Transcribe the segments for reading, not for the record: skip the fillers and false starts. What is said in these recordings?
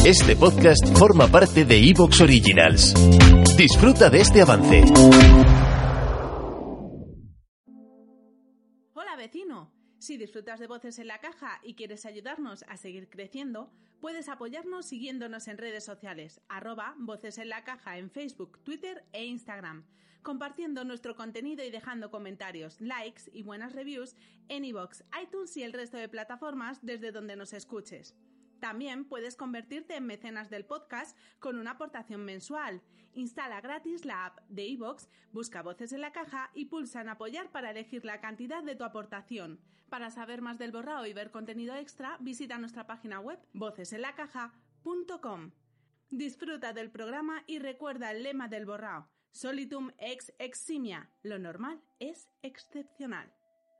Este podcast forma parte de Evox Originals. Disfruta de este avance. Hola vecino, si disfrutas de Voces en la Caja y quieres ayudarnos a seguir creciendo, puedes apoyarnos siguiéndonos en redes sociales, @Voces en la Caja en Facebook, Twitter e Instagram, compartiendo nuestro contenido y dejando comentarios, likes y buenas reviews en iVoox, iTunes y el resto de plataformas desde donde nos escuches. También puedes convertirte en mecenas del podcast con una aportación mensual. Instala gratis la app de iVoox, busca Voces en la Caja y pulsa en apoyar para elegir la cantidad de tu aportación. Para saber más del borrao y ver contenido extra, visita nuestra página web vocesenlacaja.com. Disfruta del programa y recuerda el lema del borrao: Solitum ex eximia, lo normal es excepcional.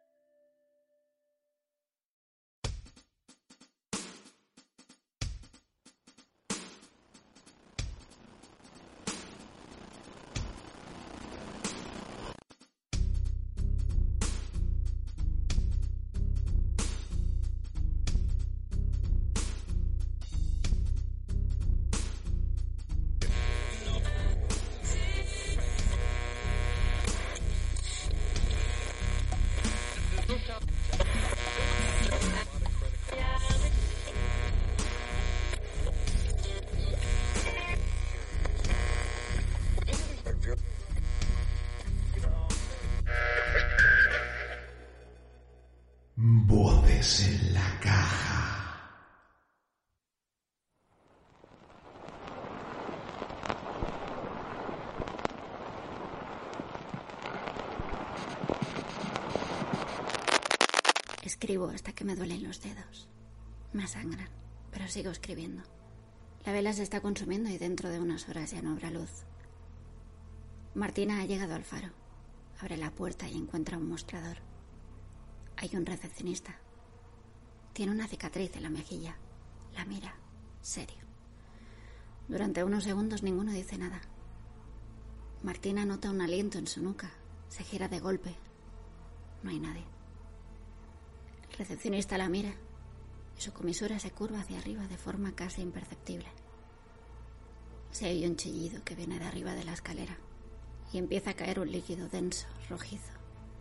Voces en la Caja. Escribo hasta que me duelen los dedos. Me sangran, pero sigo escribiendo. La vela se está consumiendo y dentro de unas horas ya no habrá luz. Martina ha llegado al faro. Abre la puerta y encuentra un mostrador. Hay un recepcionista. Tiene una cicatriz en la mejilla. La mira, serio. Durante unos segundos ninguno dice nada. Martina nota un aliento en su nuca. Se gira de golpe. No hay nadie. El recepcionista la mira y su comisura se curva hacia arriba de forma casi imperceptible. Se oye un chillido que viene de arriba de la escalera y empieza a caer un líquido denso, rojizo.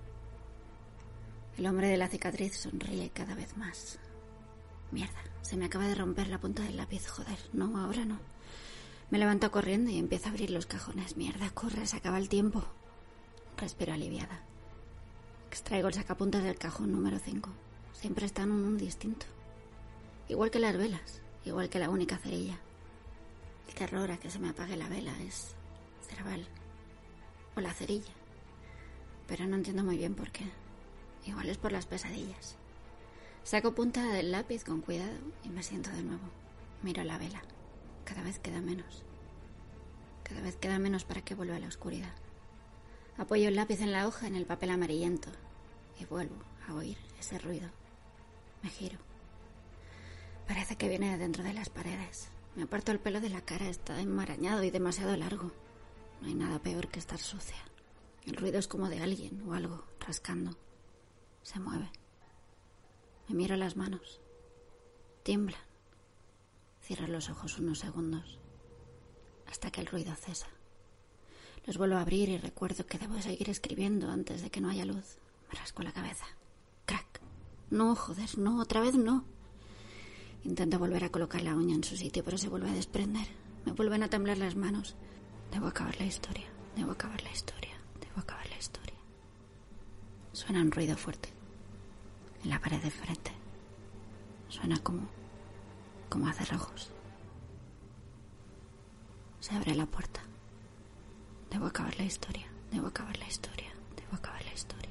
El hombre de la cicatriz sonríe cada vez más. Mierda, se me acaba de romper la punta del lápiz, joder, no, ahora no. Me levanto corriendo y empiezo a abrir los cajones. Mierda, corre, se acaba el tiempo. Respiro aliviada. Extraigo el sacapuntas del cajón número 5. Siempre está en un distinto. Igual que las velas, igual que la única cerilla. El terror a que se me apague la vela es cerval. O la cerilla. Pero no entiendo muy bien por qué. Igual es por las pesadillas. Saco punta del lápiz con cuidado y me siento de nuevo. Miro la vela. Cada vez queda menos. Cada vez queda menos para que vuelva a la oscuridad. Apoyo el lápiz en la hoja en el papel amarillento y vuelvo a oír ese ruido. Me giro. Parece que viene de dentro de las paredes. Me aparto el pelo de la cara. Está enmarañado y demasiado largo. No hay nada peor que estar sucia. El ruido es como de alguien o algo rascando. Se mueve. Me miro las manos. Tiemblan. Cierro los ojos unos segundos hasta que el ruido cesa. Los vuelvo a abrir y recuerdo que debo seguir escribiendo antes de que no haya luz. Me rasco la cabeza. ¡Crack! No, joder, no, otra vez no. Intento volver a colocar la uña en su sitio, pero se vuelve a desprender. Me vuelven a temblar las manos. Debo acabar la historia. Debo acabar la historia. Debo acabar la historia. Suena un ruido fuerte en la pared de frente. Suena como a cerrojos. Se abre la puerta. Debo acabar la historia. Debo acabar la historia. Debo acabar la historia.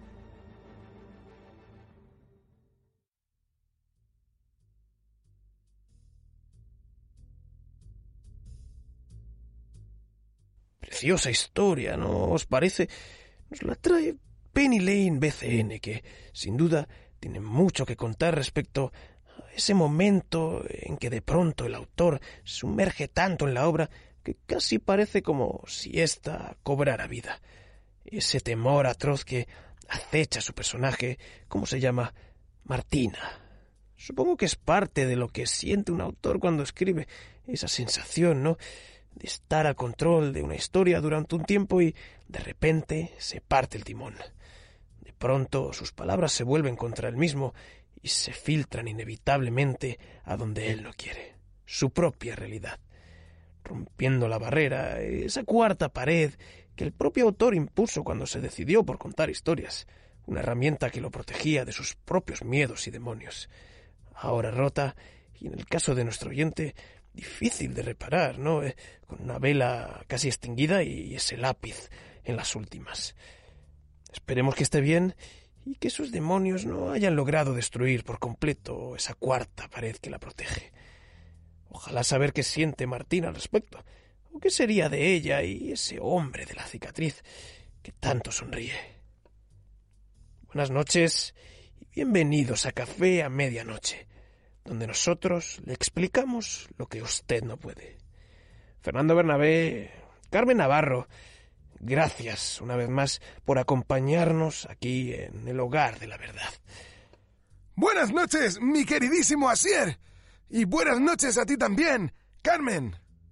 Preciosa historia, ¿no os parece? Nos la trae Penny Lane BCN, que sin duda tiene mucho que contar respecto a ese momento en que de pronto el autor se sumerge tanto en la obra que casi parece como si ésta cobrara vida. Ese temor atroz que acecha a su personaje, ¿cómo se llama? Martina. Supongo que es parte de lo que siente un autor cuando escribe, esa sensación, ¿no?, de estar a control de una historia durante un tiempo y de repente se parte el timón. De pronto sus palabras se vuelven contra él mismo y se filtran inevitablemente a donde él no quiere, su propia realidad, rompiendo la barrera, esa cuarta pared que el propio autor impuso cuando se decidió por contar historias, una herramienta que lo protegía de sus propios miedos y demonios. Ahora rota, y en el caso de nuestro oyente, difícil de reparar, ¿no?, con una vela casi extinguida y ese lápiz en las últimas. Esperemos que esté bien y que sus demonios no hayan logrado destruir por completo esa cuarta pared que la protege. Ojalá saber qué siente Martín al respecto, o qué sería de ella y ese hombre de la cicatriz que tanto sonríe. Buenas noches y bienvenidos a Café a Medianoche, donde nosotros le explicamos lo que usted no puede. Fernando Bernabé, Carmen Navarro, gracias una vez más por acompañarnos aquí en el hogar de la verdad. Buenas noches, mi queridísimo Asier, y buenas noches a ti también, Carmen.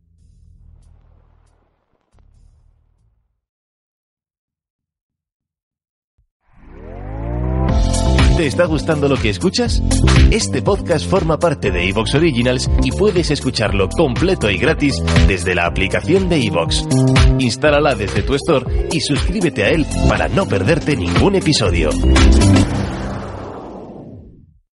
¿Te está gustando lo que escuchas? Este podcast forma parte de Evox Originals y puedes escucharlo completo y gratis desde la aplicación de Evox. Instálala desde tu store y suscríbete a él para no perderte ningún episodio.